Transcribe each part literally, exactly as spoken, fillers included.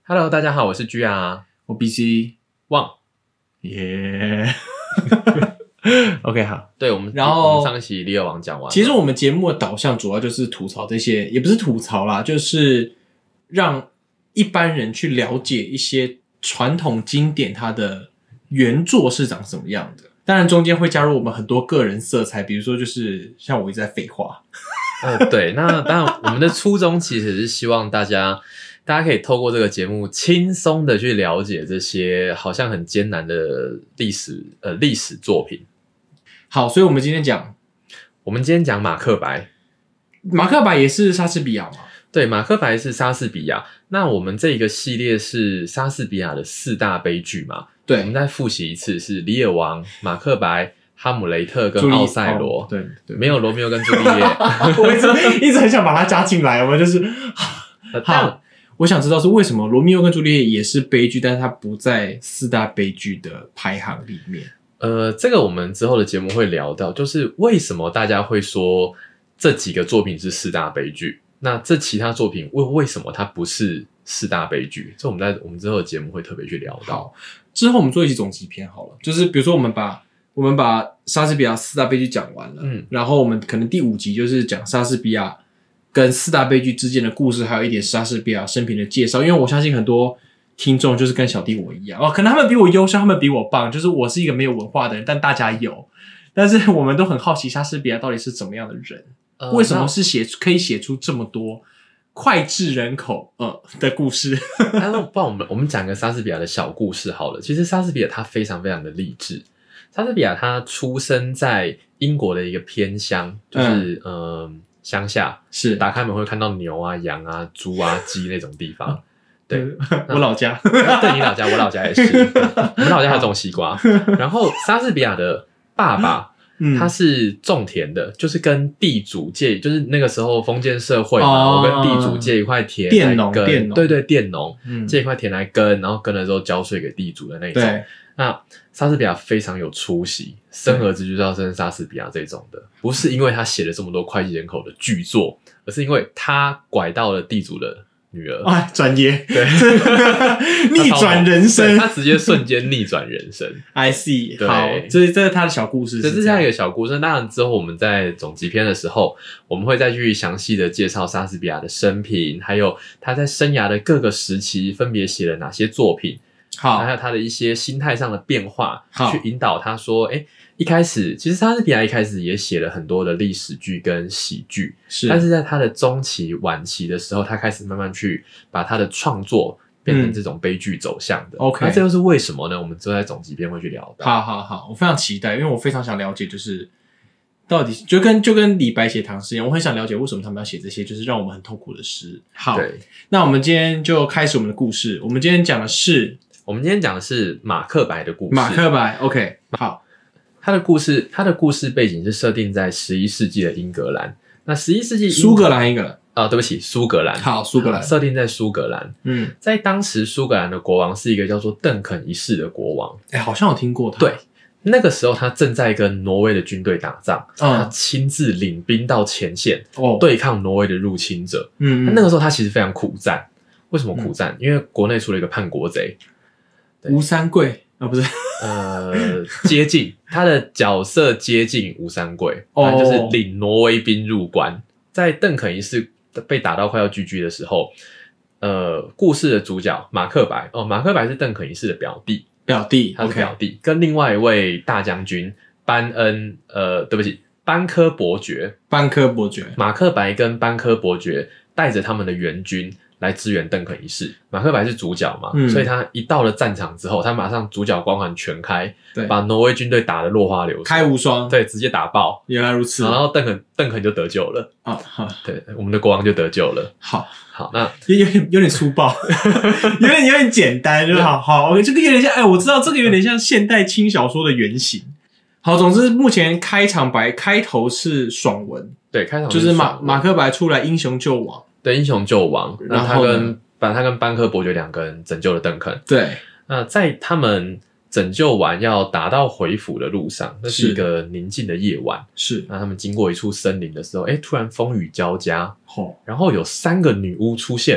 Hello， 大家好，我是 G R， 我 B C 旺， 耶。OK， 好， 对我们， 然后我们上一期李尔王讲完了。 其实我们节目的导向主要就是吐槽这些，也不是吐槽啦，就是让一般人去了解一些传统经典它的原作是长什么样的。当然中间会加入我们很多个人色彩，比如说就是像我一直在废话。 呃，对，那当然我们的初衷其实是希望大家大家可以透过这个节目轻松的去了解这些好像很艰难的历史呃历史作品。 好，所以我们今天讲我们今天讲马克白。 马克白也是莎士比亚吗？ 对，马克白是莎士比亚。那我们这一个系列是莎士比亚的四大悲剧嘛？ 对， 我们再复习一次，是李尔王、马克白、哈姆雷特跟奥赛罗。 哦、对对， 没有罗密欧跟朱丽叶。 我一直一直很想把它加进来，我们就是好。我想知道是为什么罗密欧跟朱丽叶也是悲剧，但是它不在四大悲剧的排行里面。 呃，这个我们之后的节目会聊到，就是为什么大家会说这几个作品是四大悲剧，那这其他作品为为什么它不是四大悲剧？这我们在我们之后的节目会特别去聊到。 好，之后我们做一期总集篇好了，就是比如说我们把我们把莎士比亚四大悲剧讲完了，嗯，然后我们可能第五集就是讲莎士比亚跟四大悲剧之间的故事，还有一点莎士比亚生平的介绍，因为我相信很多听众就是跟小弟我一样哦，可能他们比我优秀，他们比我棒，就是我是一个没有文化的人，但大家有，但是我们都很好奇莎士比亚到底是怎么样的人，呃、为什么是写可以写出这么多脍炙人口呃的故事？ 那不然我们我们讲个莎士比亚的小故事好了。其实莎士比亚他非常非常的励志。莎士比亚他出生在英国的一个偏乡，就是嗯。呃乡下是打开门会看到牛啊、羊啊、猪啊、鸡那种地方。对， 我老家， 对你老家，我老家也是。我们老家还有种西瓜。然后莎士比亚的爸爸，嗯、他是种田的，就是跟地主借，就是那个时候封建社会嘛，哦、我跟地主借一块田来耕，佃农，对对，佃农、嗯、借一块田来耕，然后耕了之后交税给地主的那种。 对， 那莎士比亚非常有出息，生儿子就是要生莎士比亚这种的，不是因为他写了这么多脍炙人口的巨作，而是因为他拐到了地主的女儿。 哎，专业， 对， 逆转人生， 他直接瞬间逆转人生。 I see， 好，这这是他的小故事， 这是他一个小故事。当然之后我们在总集篇的时候，我们会再去详细的介绍莎士比亚的生平，还有他在生涯的各个时期分别写了哪些作品。好，还有他的一些心态上的变化，去引导他说，诶，一开始其实莎士比亚一开始也写了很多的历史剧跟喜剧，是，但是在他的中期晚期的时候，他开始慢慢去把他的创作变成这种悲剧走向的。OK，、嗯、那这又是为什么呢？我们之后在总集篇会去聊到。 好好好，我非常期待，因为我非常想了解，就是到底就跟就跟李白写唐诗一样，我很想了解为什么他们要写这些，就是让我们很痛苦的诗。好，对，那我们今天就开始我们的故事。我们今天讲的是。 我们今天讲的是马克白的故事。 马克白 ，OK， 好。 他的故事，他的故事背景是设定在十一世纪的英格兰。那十一世纪苏格兰，英格兰啊、呃，对不起，苏格兰。 好，苏格兰设定在苏格兰。嗯，在当时苏格兰的国王是一个叫做邓肯一世的国王。 哎、欸，好像有听过他。 对，那个时候他正在跟挪威的军队打仗，嗯、他亲自领兵到前线，哦、对抗挪威的入侵者。嗯, 嗯，那个时候他其实非常苦战。为什么苦战？嗯、因为国内出了一个叛国贼。 吴三桂啊，不是， 呃，接近他的角色接近吴三桂，他就是领挪威兵入关。在邓肯一世被打到快要 G G 的时候，呃，故事的主角马克白哦，马克白是邓肯一世的表弟， 表弟， 他是表弟， okay. 跟另外一位大将军班恩，呃，对不起，班科伯爵， 班科伯爵， 马克白跟班科伯爵带着他们的援军。来支援邓肯一世，马克白是主角嘛、嗯，所以他一到了战场之后，他马上主角光环全开，对，把挪威军队打得落花流水， 开无双， 对，直接打爆。 原来如此， 然后邓肯邓肯就得救了啊、哦，对，我们的国王就得救了。 好， 好，那有点有点粗暴，有点有点简单，就是好好，这个有点像，哎，我知道这个有点像现代轻小说的原型。好，总之目前开场白开头是爽文， 对，开场就是马马克白出来英雄救亡。 对，英雄救亡，然后他跟把他跟班科伯爵两个人拯救了邓肯。 对， 那在他们拯救完要打到回府的路上，那是一个宁静的夜晚。 是， 那他们经过一处森林的时候，哎，突然风雨交加，哦，然后有三个女巫出现了。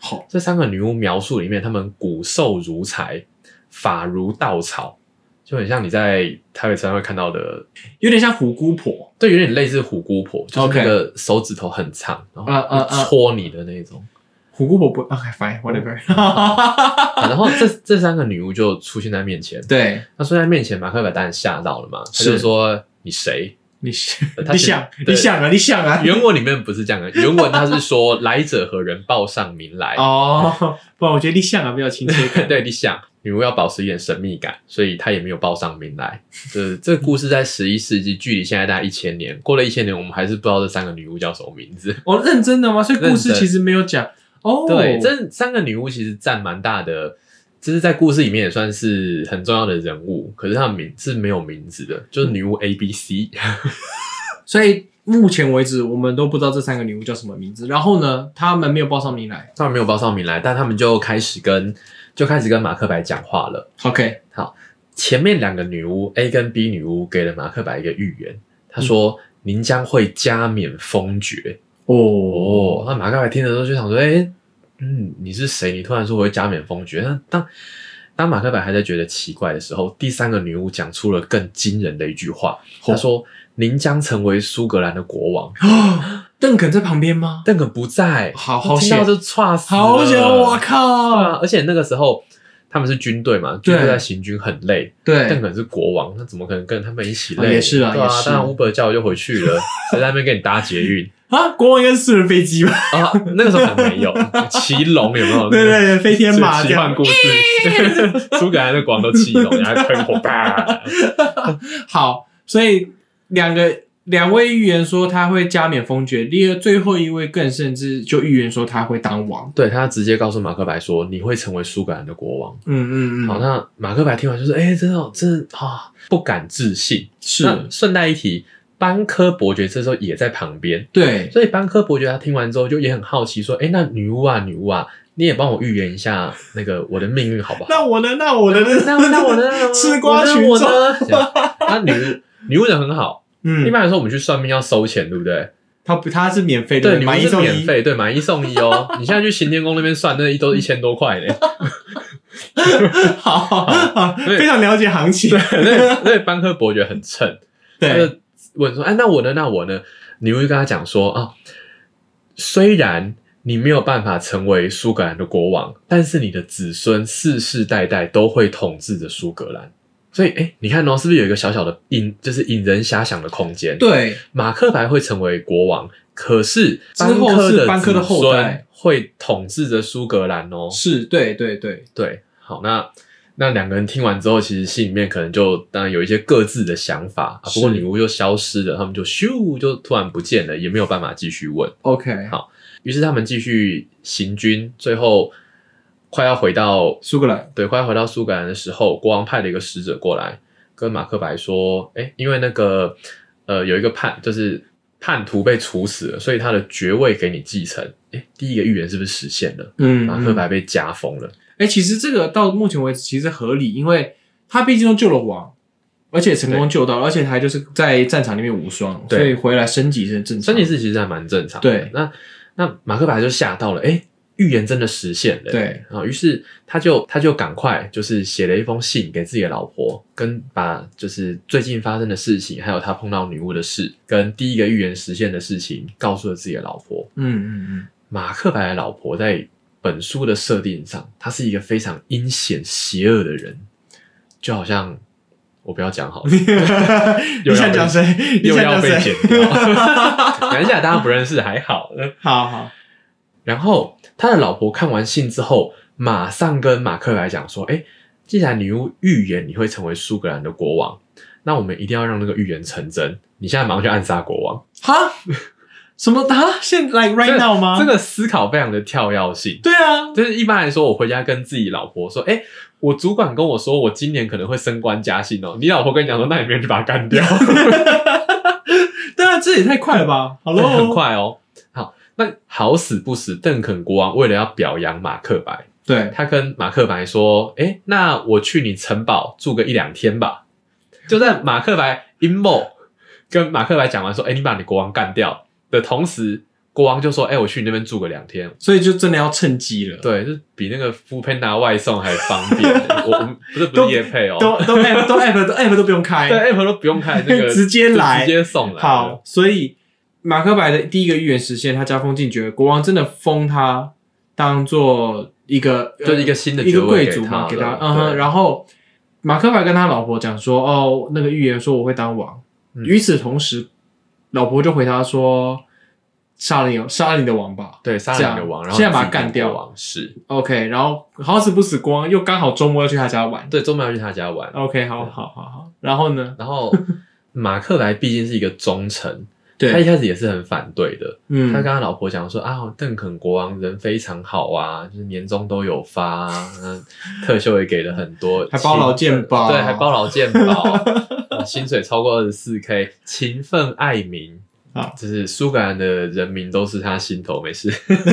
好， 这三个女巫描述里面，她们骨瘦如柴，发如稻草，就很像你在台北车站会看到的， 有点像虎姑婆， 对，有点类似虎姑婆，就是那个手指头很长，然后戳你的那种。Uh, uh, uh, 虎姑婆不 OK fine whatever 然后这这三个女巫就出现在面前， 对， 她出现在面前，马克白当然吓到了嘛，他就说你谁？ 你你想你想啊你想啊， 原文里面不是这样的，原文他是说来者何人，报上名来。 哦，不然我觉得你想啊比较亲切感。 对，你想女巫要保持一点神秘感，所以她也没有报上名来。这这个故事在十一世纪，距离现在大概一千年，过了一千年，我们还是不知道这三个女巫叫什么名字。 哦，认真的吗？所以故事其实没有讲。哦， 对，这三个女巫其实占蛮大的，就是在故事里面也算是很重要的人物，可是她们名是没有名字的，就是女巫 A、B、C。 所以目前为止，我们都不知道这三个女巫叫什么名字。然后呢，他们没有报上名来， 他们没有报上名来，但他们就开始跟就开始跟马克白讲话了。 OK， 好，前面两个女巫 A 跟 B 女巫给了马克白一个预言，他说、嗯、您将会加冕封爵。哦，那马克白听的时候就想说，哎、欸，嗯，你是谁？你突然说我会加冕封爵？那当当马克白还在觉得奇怪的时候，第三个女巫讲出了更惊人的一句话，她说：“您将成为苏格兰的国王。” 邓肯在旁边吗？ 邓肯不在， 好好险， 听到就剉死了， 好险！我靠！ 对啊，而且那个时候他们是军队嘛，军队在行军很累， 对， 邓肯是国王，那怎么可能跟他们一起累？ 啊也是啊， 对啊， 也是。 当然 Uber 叫我就回去了，谁在那边跟你搭捷运？ 啊，国王应该是私人飞机吧？ 啊，那个时候可能没有骑龙，有没有？ 对对对，飞天马奇幻故事，苏格兰的国王都骑龙，然后喷火吧。 好，所以两个两位预言说他会加冕封爵，第二最后一位更甚至就预言说他会当王。 对，他直接告诉马克白说你会成为苏格兰的国王。 嗯嗯嗯。 好，那马克白听完就是，哎、欸，真的真的啊，不敢置信。 是。 那顺带一提。班科伯爵这时候也在旁边， 对， 所以班科伯爵他听完之后就也很好奇，说：“哎、欸，那女巫啊，女巫啊，你也帮我预言一下那个我的命运好不好？” 那我呢？那我呢？ 那那我呢？ 吃瓜群众。 那女巫女巫人很好， 嗯， 一般来说我们去算命要收钱，对不对？ 他不，他是免费的， 对，女巫是免费，对，买一送一哦。你现在去行天宫那边算，那一都一千多块嘞。 好好好，非常了解行情。 对，那那班科伯爵很蹭， 对。 问说，哎，那我呢？那我呢？你会跟他讲说啊，虽然你没有办法成为苏格兰的国王，但是你的子孙世世代代都会统治着苏格兰。所以，哎，你看哦，是不是有一个小小的引，就是引人遐想的空间？ 对， 马克白会成为国王，可是之后是班科的后代会统治着苏格兰哦。 是，对对对对。好，那。那两个人听完之后，其实心里面可能就当然有一些各自的想法啊。不过女巫就消失了，他们就咻就突然不见了，也没有办法继续问。 OK， 好，于是他们继续行军，最后快要回到苏格兰， 对，快要回到苏格兰的时候，国王派了一个使者过来，跟马克白说：“哎，因为那个呃有一个叛，就是叛徒被处死了，所以他的爵位给你继承。”哎，第一个预言是不是实现了？ 嗯， 马克白被加封了。 哎、欸，其实这个到目前为止其实合理，因为他毕竟都救了王，而且成功救到了，而且还就是在战场里面无双，所以回来升级是正常。 升级是其实还蛮正常的。 对， 那那马克白就吓到了，哎、欸，预言真的实现了。 对， 啊，于是他就他就赶快就是写了一封信给自己的老婆，跟把就是最近发生的事情，还有他碰到女巫的事，跟第一个预言实现的事情，告诉了自己的老婆。 嗯嗯嗯， 马克白的老婆在本书的设定上，他是一个非常阴险邪恶的人，就好像我不要讲好了， 你想讲谁？ 又要被剪掉，等一下大家不认识还好， 好好。 然后他的老婆看完信之后，马上跟马克白讲说：“哎，既然女巫预言你会成为苏格兰的国王，那我们一定要让那个预言成真。你现在马上去暗杀国王。” 哈？什么啊？现在 like right now 吗？ 这个思考非常的跳跃性。 对啊， 就是一般来说，我回家跟自己老婆说：“哎、欸，我主管跟我说，我今年可能会升官加薪哦。”你老婆跟你讲说：“那你明天去把它干掉。” 对啊，这也太快了吧！好咯， 很快哦。好，那好死不死，邓肯国王为了要表扬马克白， 对他跟马克白说：“哎、欸，那我去你城堡住个一两天吧。”就在马克白阴谋跟马克白讲完说：“哎、欸，你把你国王干掉。”的同时， 国王就说：“哎、欸，我去你那边住个两天。” 所以就真的要趁机了。 对，就比那个 Foodpanda 外送还方便。我我们不是不是业配哦， 都都 app 都 app 都 app 都不用开， 对 app 都不用开，那个直接来， 直接送来。 好，所以马克白的第一个预言实现，他加封进爵，国王真的封他当做一个就是一个新的一个贵族嘛， 给他，嗯哼，然后马克白跟他老婆讲说：“哦，那个预言说我会当王。嗯”与此同时，老婆就回他说。杀了你，杀了你的王吧。 对，杀了你的王，然后现在把他干掉。 王是 OK， 然后好死不死，国王又刚好周末要去他家玩。 对，周末要去他家玩。 OK， 好好好好。然后呢？ 然后马克白毕竟是一个忠臣， 对， 他一开始也是很反对的。 嗯， 他跟他老婆讲说啊，邓肯国王人非常好啊，就是年终都有发、啊，特休也给了很多， 还包劳健保， 对，还包劳健保，薪水超过二十四 K， 勤奋爱民。啊，就是苏格兰的人民都是他心头没事。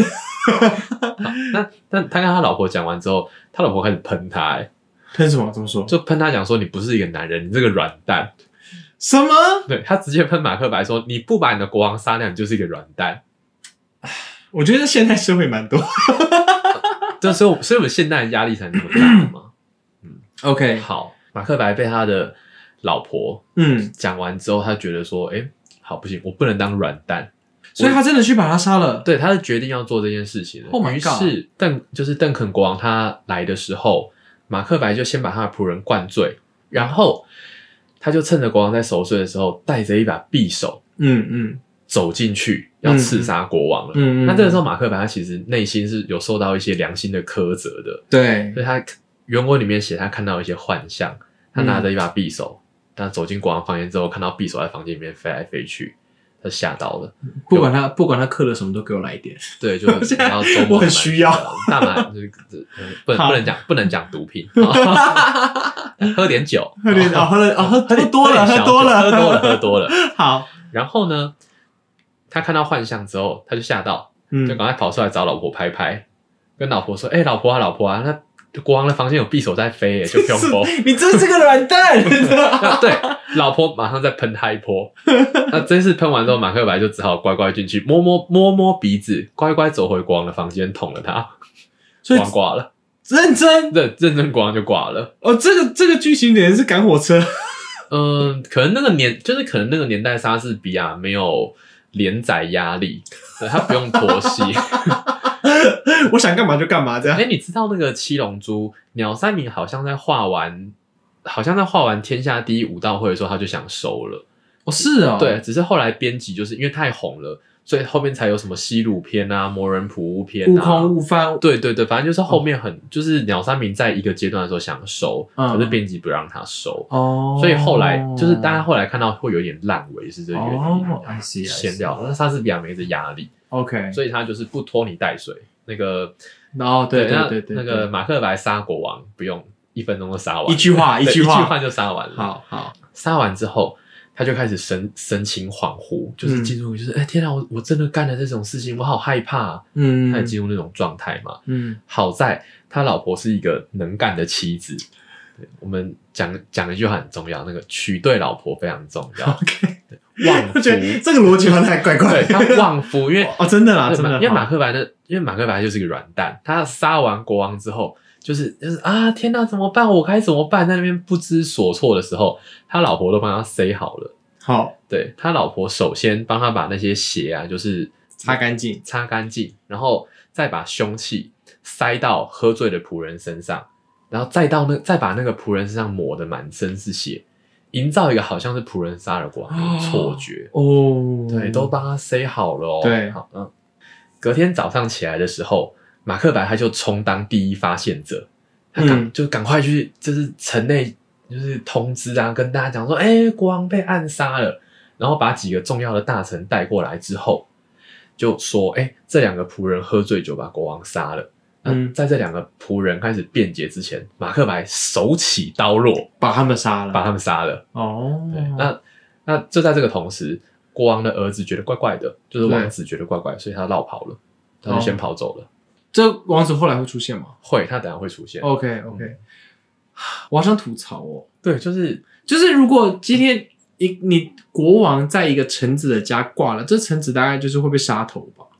那但他跟他老婆讲完之后，他老婆开始喷他、欸， 喷什么？怎么说？ 就喷他讲说你不是一个男人，你这个软蛋。 什么？ 对，他直接喷马克白说你不把你的国王杀掉，你就是一个软蛋。 我觉得现代社会蛮多。 对，所以所以我们现代的压力才那么大嘛。嗯 ，OK， 好，马克白被他的老婆嗯讲完之后，他觉得说，哎、欸。好，不行，我不能当软蛋， 所以他真的去把他杀了。 对，他是决定要做这件事情的。 Oh my god！ 于是邓就是邓肯国王他来的时候，马克白就先把他的仆人灌醉，然后他就趁着国王在熟睡的时候，带着一把匕首， 嗯嗯， 走进去要刺杀国王了。嗯嗯，那这个时候马克白他其实内心是有受到一些良心的苛责的。 对， 所以他原文里面写他看到一些幻象，他拿着一把匕首。嗯，但走进国王房间之后，看到匕首在房间里面飞来飞去，他吓到了。 不管他不管他刻了什么，都给我来一点。 对，就是然后周末我很需要大麻，就是不能不能讲不能讲毒品，喝点酒， 喝点哦，喝了哦，喝喝多了，喝多了， 喝多了，喝多了。 好， 然后呢，他看到幻象之后，他就吓到，就赶快跑出来找老婆拍拍，跟老婆说：“哎、欸，老婆啊，老婆啊，那。”国王的房间有匕首在飞耶，就不用播。 你真是个软蛋！ 对，老婆马上再喷他一波。那这次喷完之后，马克白就只好乖乖进去摸摸摸摸鼻子，乖乖走回国王的房间捅了他，国王挂了。 认真？ 对，认真国王就挂了。 哦，这个这个剧情点是赶火车。 嗯，可能那个年就是可能那个年代莎士比亚没有连载压力，他不用拖戏。 我想干嘛就干嘛，这样。 哎、欸，你知道那个七龙珠鸟山明好像在画完，好像在画完天下第一武道会的时候，他就想收了。 哦，是哦， 对，只是后来编辑就是因为太红了，所以后面才有什么西鲁篇啊、魔人普乌篇啊、 悟空、悟饭。 对对对，反正就是后面很，哦、就是鸟山明在一个阶段的时候想收，嗯、可是编辑不让他收。哦，所以后来就是大家后来看到会有点烂尾，是这个原因。 哦 I see， 闲掉，那莎士比亚没这压力。 OK， 所以他就是不拖泥带水。那个， 哦，对对对对， 那个马克白杀国王不用一分钟就杀完， 一句话一句话一句话就杀完了。 好好， 杀完之后，他就开始神神情恍惚，就是进入就是哎、嗯欸、天啊，我我真的干了这种事情，我好害怕、啊。嗯，他也进入那种状态嘛。嗯，好在他老婆是一个能干的妻子。对，我们讲讲一句话很重要，那个娶对老婆非常重要。 OK。 旺夫， 这个逻辑好像太怪怪。 对，他旺夫，因为哦，真的啦，真的， 因为马克白的，因为马克白就是个软蛋，他杀完国王之后，就是就是啊，天哪，怎么办？我该怎么办？在那边不知所措的时候，他老婆都帮他塞好了。 好， 对他老婆首先帮他把那些血啊，就是擦干净， 擦干净，然后再把凶器塞到喝醉的仆人身上，然后再到那再把那个仆人身上抹得满身是血。营造一个好像是仆人杀了国王的错觉哦， 对，都帮他塞好了哦。 对， 好，嗯。隔天早上起来的时候，马克白他就充当第一发现者，他赶、嗯、就赶快去，就是城内就是通知啊，跟大家讲说，哎、欸，国王被暗杀了，然后把几个重要的大臣带过来之后，就说，哎、欸，这两个仆人喝醉酒把国王杀了。嗯，在这两个仆人开始辩解之前，马克白手起刀落， 把他们杀了， 把他们杀了。 哦， 对，那那就在这个同时，国王的儿子觉得怪怪的，就是王子觉得怪怪的，所以他绕跑了，他就先跑走了。哦、 这王子后来会出现吗？ 会，他等一下会出现。 OK OK，、嗯、我好想吐槽哦。 对，就是就是，如果今天你你国王在一个臣子的家挂了，这臣子大概就是会被杀头吧？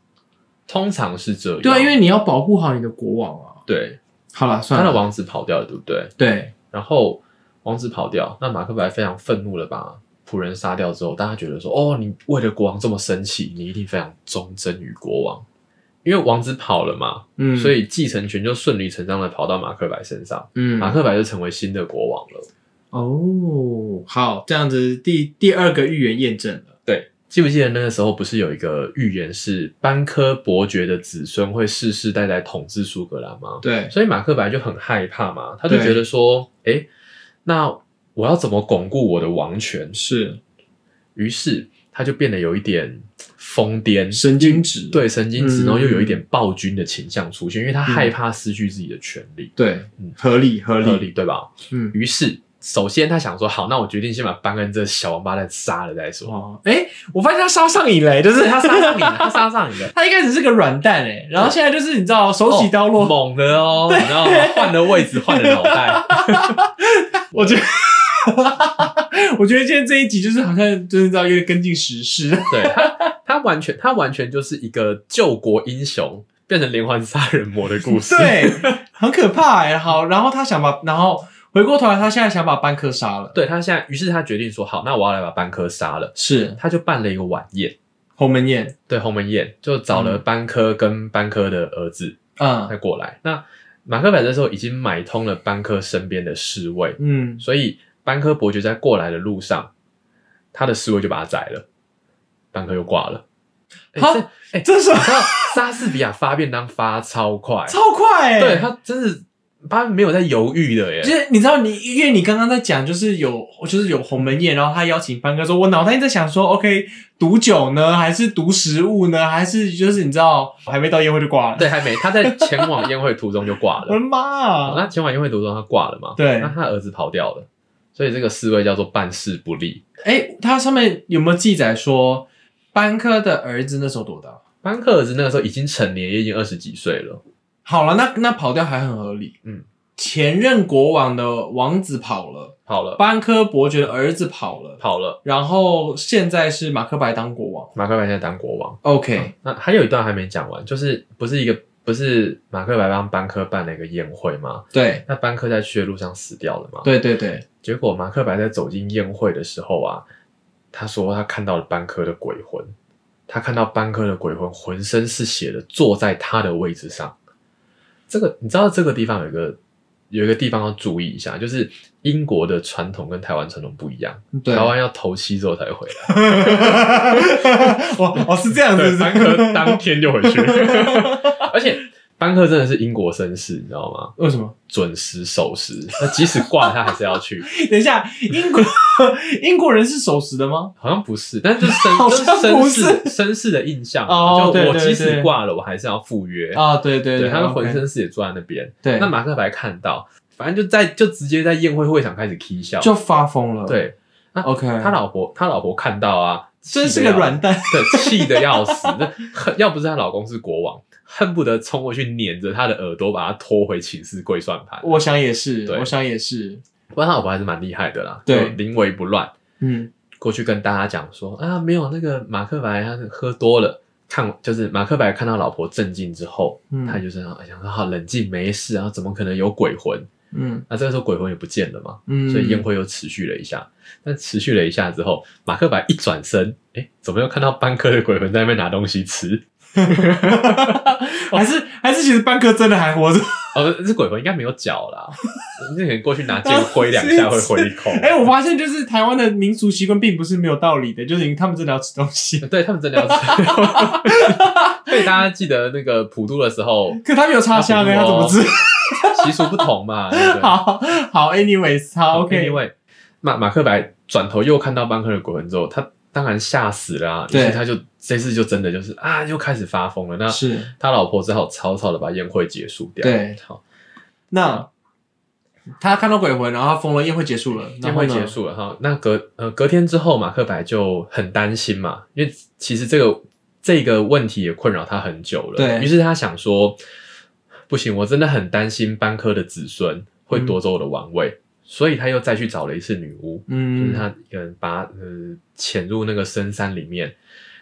通常是这样。 对啊，因为你要保护好你的国王啊。 对， 好了，算了， 他的王子跑掉了，对不对？ 对。 然后王子跑掉，那马克白非常愤怒的把仆人杀掉之后，大家觉得说，哦，你为了国王这么生气，你一定非常忠贞于国王。因为王子跑了嘛，嗯，所以继承权就顺理成章的跑到马克白身上，嗯，马克白就成为新的国王了。 哦，好，这样子第第二个预言验证了。 对，记不记得那个时候不是有一个预言是班科伯爵的子孙会世世代代统治苏格兰吗？ 对， 所以马克白就很害怕嘛，他就觉得说，诶，那我要怎么巩固我的王权？ 是， 于是他就变得有一点疯癫， 神经质， 对，神经质，嗯、然后又有一点暴君的倾向出现，因为他害怕失去自己的权利。 对，嗯，合理，合理， 合理，对吧？嗯，于是。首先，他想说，好，那我决定先把班恩这小王八蛋杀了再说。 哦，哎、欸，我发现他杀上瘾了，就是他杀上瘾了，他杀上瘾了。 他一开始是个软蛋哎，然后现在就是你知道手起刀落， 哦、猛的哦，你知道吗？换了位置，换了脑袋。 我觉得，我觉得今天这一集就是好像就是知道有点跟进时事。 对他，他完全，他完全就是一个救国英雄变成连环杀人魔的故事。 对，很可怕哎。好，然后他想把，然后。回过头来，他现在想把班科杀了。 对，他现在，于是他决定说：“好，那我要来把班科杀了。” 是， 他就办了一个晚宴， 鸿门宴。 对，鸿门宴就找了班科跟班科的儿子，嗯，再过来。那马克白这时候已经买通了班科身边的侍卫，嗯，所以班科伯爵在过来的路上，他的侍卫就把他宰了，班科又挂了。 好，哎、欸，这是什么？ 莎士比亚发便当发超快， 超快、欸！ 对他真是。他没有在犹豫的耶， 就是你知道你，因为你刚刚在讲，就是有就是有鸿门宴，然后他邀请班哥说，我脑袋在想说 ，OK， 毒酒呢，还是毒食物呢，还是就是你知道还没到宴会就挂了？ 对，还没，他在前往宴会途中就挂了。 我的妈啊！ 那前往宴会途中他挂了嘛？ 对， 那他儿子跑掉了，所以这个侍卫叫做办事不力。 哎，他上面有没有记载说班科的儿子那时候多大？ 班科儿子那个时候已经成年，也已经二十几岁了。 好了，那那跑掉还很合理。嗯，前任国王的王子跑了， 跑了； 班科伯爵的儿子跑了， 跑了。 然后现在是马克白当国王， 马克白现在当国王。 OK，、 嗯、那还有一段还没讲完，就是不是一个不是马克白帮班科办了一个宴会吗？ 对， 那班科在去的路上死掉了嘛？ 对对对。 结果马克白在走进宴会的时候啊，他说他看到了班科的鬼魂，他看到班科的鬼魂浑身是血的坐在他的位置上。这个你知道这个地方有一个有一个地方要注意一下，就是英国的传统跟台湾传统不一样，台湾要头七之后才回来。 哦哦，是这样子， 班科当天就回去，而且班科真的是英国绅士，你知道吗？ 为什么？ 准时守时，那即使挂了他还是要去。 等一下，英国英国人是守时的吗？ 好像不是，但是就是绅士绅士的印象。 哦， 就我即使挂了，我还是要赴约啊、哦！对对对, 对，他们浑身是也坐在那边。 对， 那马克白看到，反正就在就直接在宴会会场开始起笑， 就发疯了。 对，那 OK， 他老婆他老婆看到啊， 真是个软蛋， 对，气得要死。那要不是她老公是国王，恨不得冲过去撵着他的耳朵，把他拖回寝室跪算盘。 我想也是，我想也是。 不过他老婆还是蛮厉害的啦， 对， 临危不乱。嗯，过去跟大家讲说啊，没有那个马克白他喝多了。看，就是马克白看到老婆镇静之后，嗯、他就是想说好冷静，没事啊，怎么可能有鬼魂？嗯，那这个时候鬼魂也不见了嘛，嗯，所以宴会又持续了一下。但持续了一下之后，马克白一转身，哎，怎么又看到班科的鬼魂在那边拿东西吃？ 还是还是其实班科真的还活着？ 哦，这鬼魂应该没有脚啦，你可能过去拿剑挥两下会回一口。 哎、欸，我发现就是台湾的民俗习惯并不是没有道理的，就是他们真的要吃东西， 对他们真的要吃。所以大家记得那个普渡的时候， 可他没有插香哎，他怎么吃？ 习俗不同嘛。对不对？ 好好 ，anyways， 好 ，OK。马马克白转头又看到班科的鬼魂之后，他当然吓死了啊！对，他就这次就真的就是啊，又开始发疯了。那是他老婆只好草草的把宴会结束掉。 对，好，那他看到鬼魂，然后他疯了，宴会结束了， 宴会结束了哈。那隔呃隔天之后，马克白就很担心嘛，因为其实这个这个问题也困扰他很久了。 对， 于是他想说，不行，我真的很担心班科的子孙会夺走我的王位。嗯，所以他又再去找了一次女巫，嗯，就是他呃把呃潜入那个深山里面，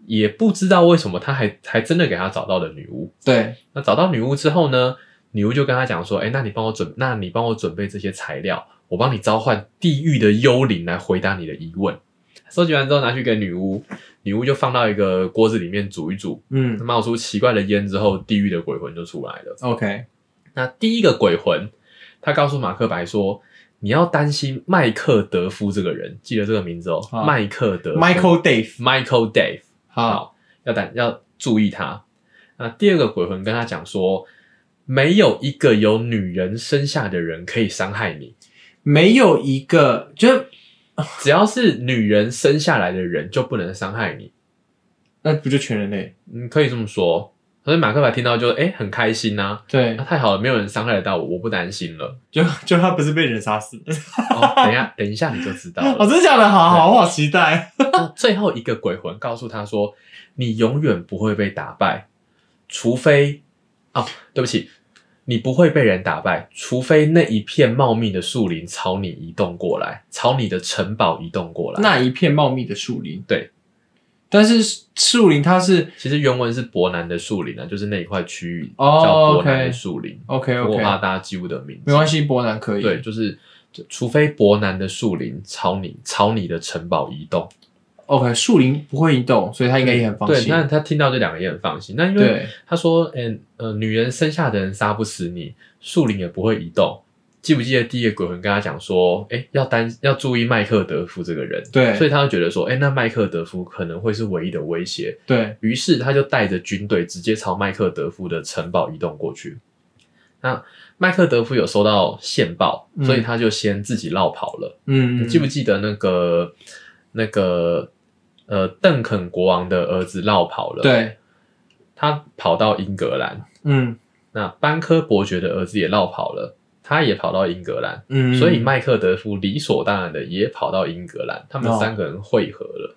也不知道为什么他还还真的给他找到了女巫。 对， 那找到女巫之后呢，女巫就跟他讲说，诶，那你帮我准那你帮我准备这些材料，我帮你召唤地狱的幽灵来回答你的疑问。收集完之后拿去给女巫，女巫就放到一个锅子里面煮一煮，嗯，冒出奇怪的烟之后，地狱的鬼魂就出来了。 OK， 那第一个鬼魂，他告诉马克白说，你要担心麦克德夫这个人，记得这个名字哦，麦克德夫 ，Michael Dave，Michael Dave， 好， 好要担要注意他。那第二个鬼魂跟他讲说，没有一个由女人生下的人可以伤害你， 没有一个就。 只要是女人生下来的人就不能伤害你， 那不就全人类？ 嗯，可以这么说。所以马克白听到就诶、欸、很开心啊， 对， 啊，太好了，没有人伤害得到我，我不担心了。 就就他不是被人杀死的。 哦，等一下，等一下你就知道了。 哦，真的假的？好好，我好期待。 最后一个鬼魂告诉他说，你永远不会被打败，除非哦，对不起。你不会被人打败，除非那一片茂密的树林朝你移动过来，朝你的城堡移动过来。 那一片茂密的树林， 对。 但是树林它是， 其实原文是伯南的树林啊，就是那一块区域叫伯南的树林。 OK OK， 我怕大家记不得名字， 没关系，伯南可以。 对，就是除非伯南的树林朝你朝你的城堡移动。 OK， 树林不会移动，所以他应该也很放心。 对，那他听到这两个也很放心。那因为他说，欸、呃，女人生下的人杀不死你，树林也不会移动。记不记得第一个鬼魂跟他讲说，哎、欸，要担要注意麦克德夫这个人。 对， 所以他就觉得说，哎、欸，那麦克德夫可能会是唯一的威胁。 对， 于是他就带着军队直接朝麦克德夫的城堡移动过去。那麦克德夫有收到线报，嗯、所以他就先自己绕跑了。嗯，你记不记得那个那个？呃，邓肯国王的儿子绕跑了， 对， 他跑到英格兰， 嗯， 那班科伯爵的儿子也绕跑了，他也跑到英格兰，嗯，所以麦克德夫理所当然的也跑到英格兰，他们三个人汇合了，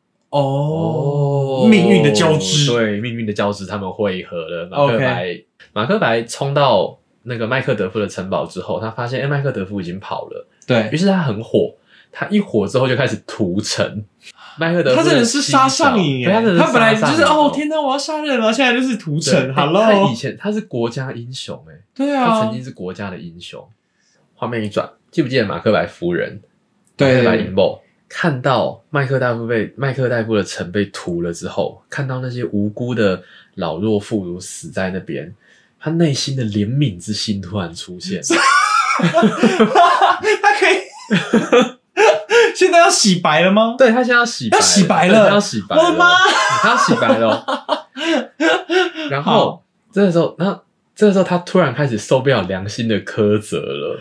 哦，命运的交织， 对，命运的交织，他们汇合了。马克白， okay. 马克白冲到那个麦克德夫的城堡之后，他发现，哎、欸，麦克德夫已经跑了， 对， 于是他很火，他一火之后就开始屠城。麦克德夫他真的是杀上瘾耶！他, 他本来就是哦，天哪，我要杀人了，现在就是屠城。Hello， 他以前他是国家英雄哎， 对啊， 他曾经是国家的英雄。画面一转，记不记得马克白夫人？ 对， 马克白银豹看到麦克大夫被麦克大夫的城被屠了之后，看到那些无辜的老弱妇孺死在那边，他内心的怜悯之心突然出现。 他可以。现在要洗白了吗？ 对，他现在要洗白了， 要洗白了， 要洗白了， 我的妈！ 他要洗白了、哦。然后这个时候，那这个时候他突然开始受不了良心的苛责了。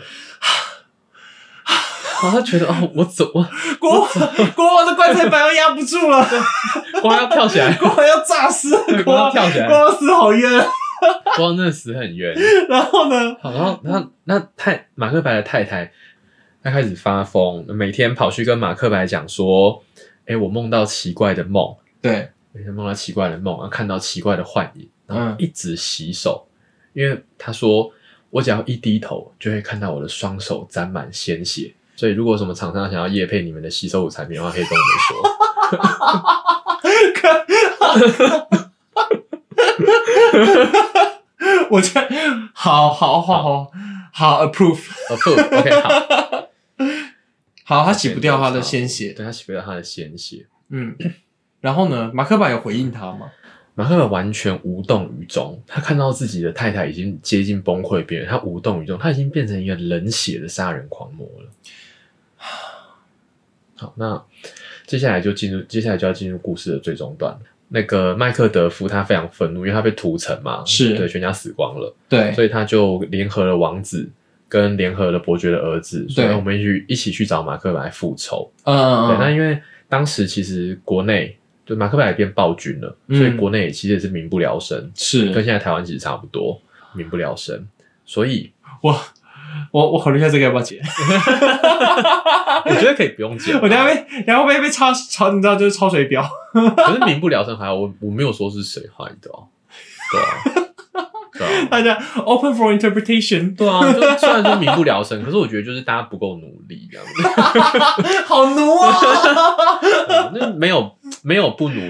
然后他觉得哦，我走，我国国王的棺材板要压不住了， 国王要跳起来， 国王要炸死， 国王要跳起来， 国王死好冤， 国王真的死很冤。 然后呢？ 好，然后然后那太马克白的太太。他开始发疯，每天跑去跟马克白讲说：“哎、欸，我梦到奇怪的梦， 对， 每天梦到奇怪的梦，然后看到奇怪的幻影，然后一直洗手，嗯、因为他说我只要一低头，就会看到我的双手沾满鲜血。所以如果什么厂商想要业配你们的洗手乳产品的话，可以跟我们说。我觉得好好好好好 approve approve OK 好。 好，他洗不掉他的鲜血， 对，他洗不掉他的鲜血。 嗯，然后呢？马克白有回应他吗？ 马克白完全无动于衷，他看到自己的太太已经接近崩溃边缘，他无动于衷，他已经变成一个冷血的杀人狂魔了。好，那接下来就进入，接下来就要进入故事的最终段。那个麦克德夫他非常愤怒，因为他被屠城嘛， 是对，全家死光了， 对， 所以他就联合了王子。跟联合了伯爵的儿子，所以我们一起一起去找马克白复仇。 嗯， 对，那因为当时其实国内就马克白也变暴君了，嗯、所以国内其实也是民不聊生， 是跟现在台湾其实差不多，民不聊生。所以我我我考虑一下这个要不要剪？ 我觉得可以不用剪。 我等下被然后被被抄抄，你知道就是抄水表。 可是民不聊生还好，我我没有说是谁害的哦、啊，对啊。 大家 open for interpretation， 对啊，就虽然说民不聊生，可是我觉得就是大家不够努力这样子。 好奴啊！ 那没有没有不努力，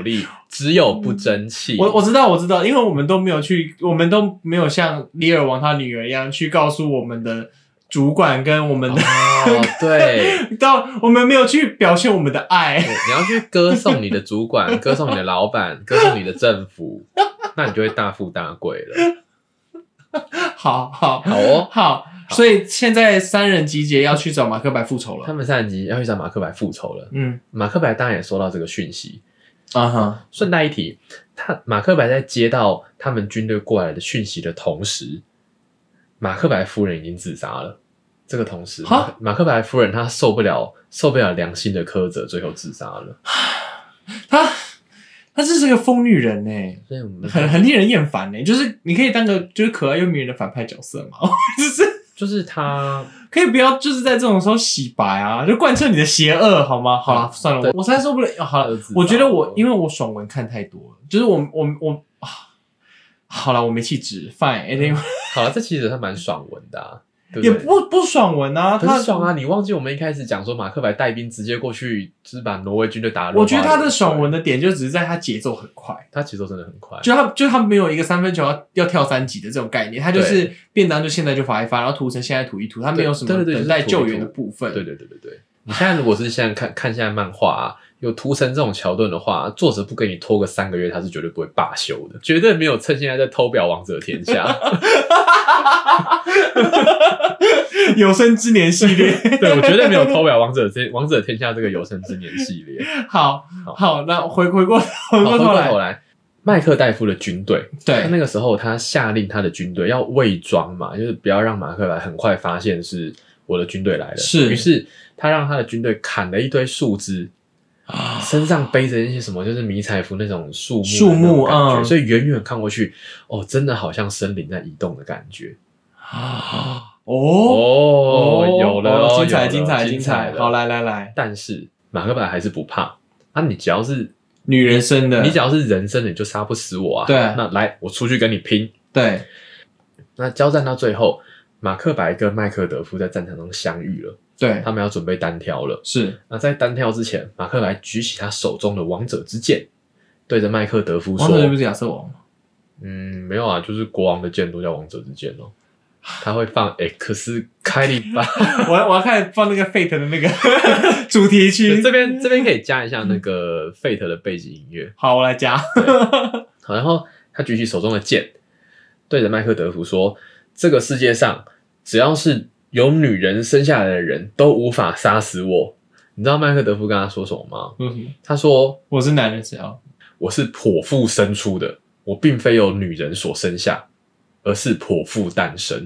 只有不争气。 我我知道我知道，因为我们都没有去，我们都没有像李尔王他女儿一样去告诉我们的主管跟我们的、 哦、对， 到我们没有去表现我们的爱。 你要去歌颂你的主管，歌颂你的老板，歌颂你的政府，那你就会大富大贵了。 好好好哦， 好。所以现在三人集结要去找马克白复仇了。 他们三人集要去找马克白复仇了。嗯，马克白当然也收到这个讯息。啊哈，顺带一提，他马克白在接到他们军队过来的讯息的同时，马克白夫人已经自杀了。这个同时，马, 马克白夫人她受不了受不了良心的苛责，最后自杀了。 他他这是个疯女人呢，很很令人厌烦呢。就是你可以当个就是可爱又迷人的反派角色嘛，就是就是他可以不要就是在这种时候洗白啊，就贯彻你的邪恶好吗？好了，算了，我实在受不了。好了，我觉得我因为我爽文看太多了，就是我我我啊，好了，我没气质 ，fine，anyway， 好了，这其实还蛮爽文的啊。对对也不不爽文啊， 他爽啊！你忘记我们一开始讲说马克白带兵直接过去，就是把挪威军队打。 我觉得他的爽文的点就只是在他节奏很快， 他节奏真的很快， 就他就他没有一个三分球要要跳三级的这种概念，他就是便当就现在就发一发，然后涂层现在涂一涂，他没有什么等待救援的部分。 对对对对对，你现在如果是现在看看现在漫画啊，有涂层这种桥段的话，作者不给你拖个三个月，他是绝对不会罢休的，绝对没有趁现在在偷表王者天下。 有生之年系列， 对，我绝对没有偷表王者王者天下这个有生之年系列。 好，好，好那回回过回过头来， 头来，麦克戴夫的军队， 对， 他那个时候他下令他的军队要伪装嘛，就是不要让马克白很快发现是我的军队来了。 是， 于是他让他的军队砍了一堆树枝。身上背着一些什么，就是迷彩服那种树木树木感觉、 嗯，所以远远看过去，哦，真的好像森林在移动的感觉。 哦哦，有了、哦， 精彩精彩精彩！好，来来来， 但是马克白还是不怕。啊，你只要是女人生的， 你只要是人生的，你就杀不死我啊！ 对， 那来，我出去跟你拼。 对， 那交战到最后，马克白跟麦克德夫在战场上相遇了。 对， 他们要准备单挑了。 是， 那在单挑之前，马克白举起他手中的王者之剑，对着麦克德夫说：“ 王者不是亚瑟王吗？” 嗯，没有啊，就是国王的剑都叫王者之剑哦。他会放 X 开利巴， 我要我要开始放那个 Fate 的那个主题曲。 这边这边可以加一下那个 Fate 的背景音乐。 好，我来加。 好，然后他举起手中的剑，对着麦克德夫说：“这个世界上只要是有女人生下来的人都无法杀死我。”你知道麦克德夫跟他说什么吗？ 嗯， 他说：“ 我是男人，只要我是剖腹生出的，我并非由女人所生下，而是剖腹诞生。”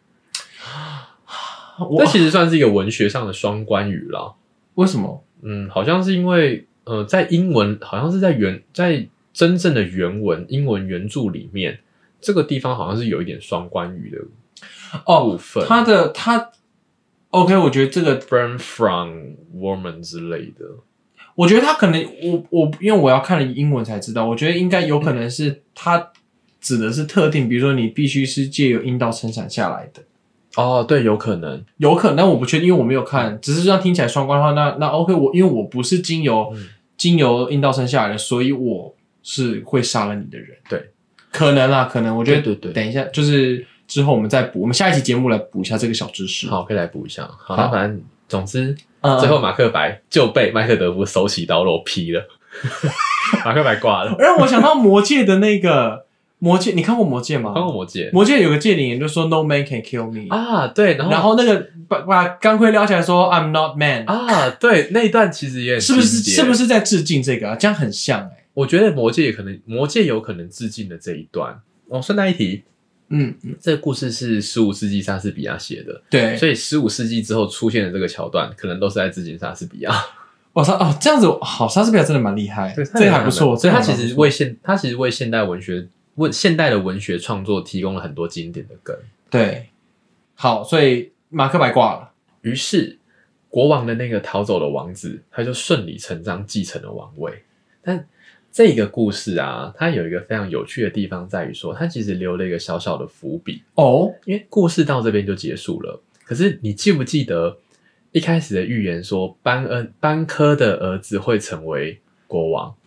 这其实算是一个文学上的双关语啦。 为什么？ 嗯，好像是因为呃，在英文，好像是在原在真正的原文英文原著里面，这个地方好像是有一点双关语的部分。 哦，他的他 ，OK， 我觉得这个 burn from woman 之类的， 我觉得他可能我我因为我要看了英文才知道，我觉得应该有可能是他指的是特定，比如说你必须是借由阴道生产下来的。 哦，对，有可能， 有可能，但我不确定，因为我没有看，只是这样听起来双关的话，那那 OK， 我因为我不是经由、嗯、经由阴道生下来的，所以我是会杀了你的人。 对， 可能啦，可能，我觉得， 对对对， 等一下，就是之后我们再补，我们下一期节目来补一下这个小知识。 好，可以来补一下。好，那反正总之、嗯，最后马克白就被麦克德夫手起刀落劈了，马克白挂了， 让我想到魔戒的那个。魔戒，你看过魔戒吗？ 看过魔戒。 魔戒有个戒灵，就说 "No man can kill me" 啊，对，然后然后那个把把钢盔撩起来说 "I'm not man" 啊，对，那一段其实也很是不是是不是在致敬这个啊？这样很像哎、欸。 我觉得魔戒也可能，魔戒有可能致敬的这一段。哦，顺带一提， 嗯嗯， 这个故事是十五世纪莎士比亚写的， 对， 所以十五世纪之后出现的这个桥段，可能都是在致敬莎士比亚。 哦，哦，这样子好，莎士比亚真的蛮厉害，这个还不错， 所以他其实为现他其实为现代文学。为现代的文学创作提供了很多经典的梗。 对，好，所以马克白挂了。 于是国王的那个逃走的王子，他就顺理成章继承了王位。但这个故事啊，它有一个非常有趣的地方在于说，它其实留了一个小小的伏笔哦。 因为故事到这边就结束了，可是你记不记得一开始的预言说班恩班科的儿子会成为国王？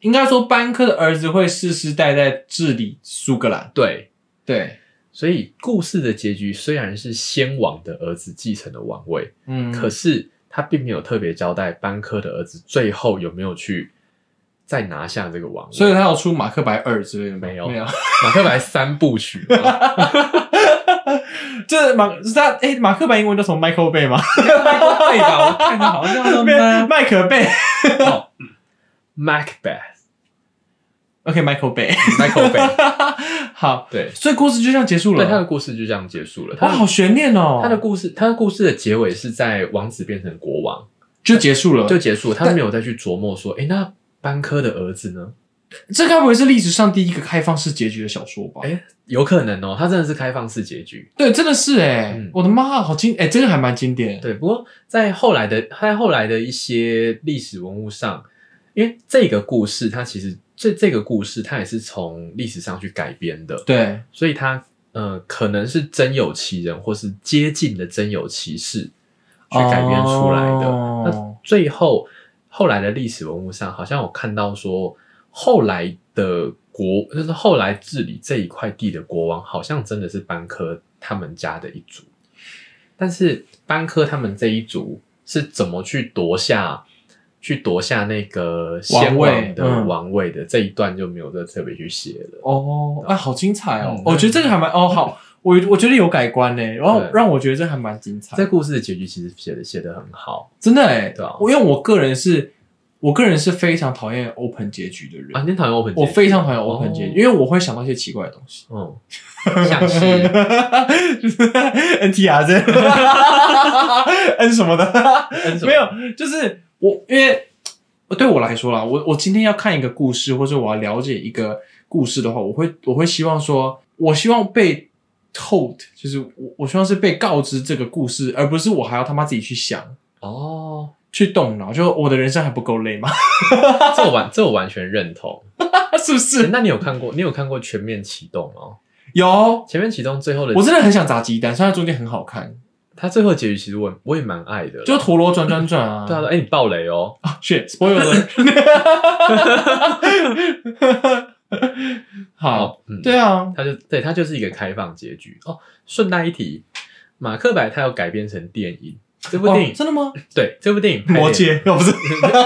应该说班科的儿子会世世代代治理苏格兰。 对对， 所以故事的结局虽然是先王的儿子继承了王位， 嗯， 可是他并没有特别交代班科的儿子最后有没有去再拿下这个王位， 所以他有出马克白二之类的吗？ 没有， 没有， 马克白三部曲。 这马是他哎，马克白英文叫什么 ？Michael Bay 吗 ？Michael Bay 吧，我看他好像叫做麦克贝。 哦 ，Macbeth。OK，Michael Bay，Michael Bay。 好， 对， 所以故事就这样结束了。 对，他的故事就这样结束了。 哇，好悬念哦！ 他的故事，他的故事的结尾是在王子变成国王就结束了， 就结束了。他没有再去琢磨说，哎，那班科的儿子呢？ 这该不会是历史上第一个开放式结局的小说吧？ 哎，有可能哦，它真的是开放式结局。 对，真的是哎、嗯，我的妈，好经哎，这个还蛮经典。 对，不过在后来的，在后来的一些历史文物上，因为这个故事它其实这这个故事它也是从历史上去改编的， 对， 所以它呃可能是真有其人，或是接近的真有其事去改编出来的。哦、那最后后来的历史文物上，好像我看到说。后来的国，就是后来治理这一块地的国王，好像真的是班科他们家的一族。但是班科他们这一族是怎么去夺下、去夺下那个先王的王位的、嗯、这一段就没有再特别去写了。 哦，啊，好精彩哦！嗯、我觉得这个还蛮哦好，我我觉得有改观呢，然后让我觉得这还蛮精彩。 这故事的结局其实写的写的很好， 真的哎， 对啊， 因为我个人是。我个人是非常讨厌 open 结局的人啊！你讨厌 open 结局？ 我非常讨厌 open 结局，哦、因为我会想到一些奇怪的东西。 嗯，像是就是 N T R 这 N 什么的 ，N 什么没有，就是我因为对我来说啦，我我今天要看一个故事，或者我要了解一个故事的话，我会我会希望说，我希望被 told， 就是我我希望是被告知这个故事，而不是我还要他妈自己去想哦。 去动脑，就我的人生还不够累吗？ 这我完，这我完全认同， 是不是？ 那你有看过？你有看过《全面启动》吗？ 有，《 全面启动》最后的， 我真的很想砸鸡蛋，虽然它中间很好看。 它最后结局其实我我也蛮爱的， 就陀螺转转转啊。 对啊，哎、欸，你爆雷哦！ 啊 ，shit spoiler。好，嗯，对啊， 它就对，它就是一个开放结局哦。顺带一提，马克白它有改编成电影。这部电影、 哦、真的吗？ 对，这部电影魔戒哦，不是，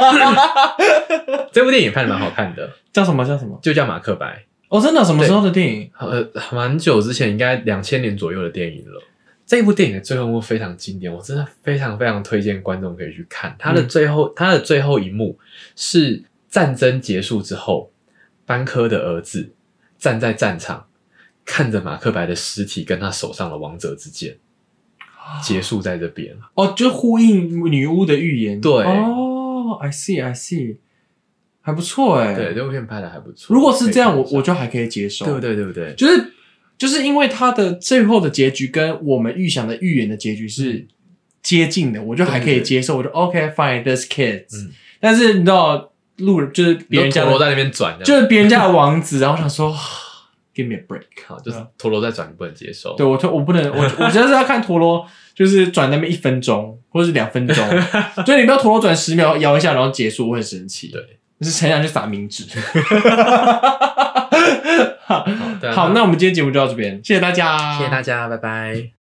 这部电影拍的蛮好看的， 叫什么？叫什么？ 就叫马克白。 哦，真的？什么时候的电影？ 呃，蛮久之前，应该两千年左右的电影了。这部电影的最后一幕非常经典，我真的非常非常推荐观众可以去看。它的最后，嗯、它的最后一幕是战争结束之后，班科的儿子站在战场，看着马克白的尸体跟他手上的王者之剑。结束在这边哦，就呼应女巫的预言。 对哦 ，I see, I see， 还不错哎。 对，这部片拍的还不错。 如果是这样，我我就还可以接受。 对不对？对不对？ 就是就是因为它的最后的结局跟我们预想的预言的结局是接近的，我就还可以接受。我就 OK fine, there's kids、嗯。但是你知道，路人就是别人家陀螺在那边转， 就是别人家的王子，然后想说。Give me a break， 好，就是陀螺在转，你不能接受。 对我，我不能，我我觉得是要看陀螺，就是转那边一分钟或者是两分钟，所以你不要陀螺转十秒，摇一下然后结束，我很生气。 对， 就是很想去撒冥纸。 好， 好，那我们今天节目就到这边，谢谢大家， 谢谢大家，拜拜。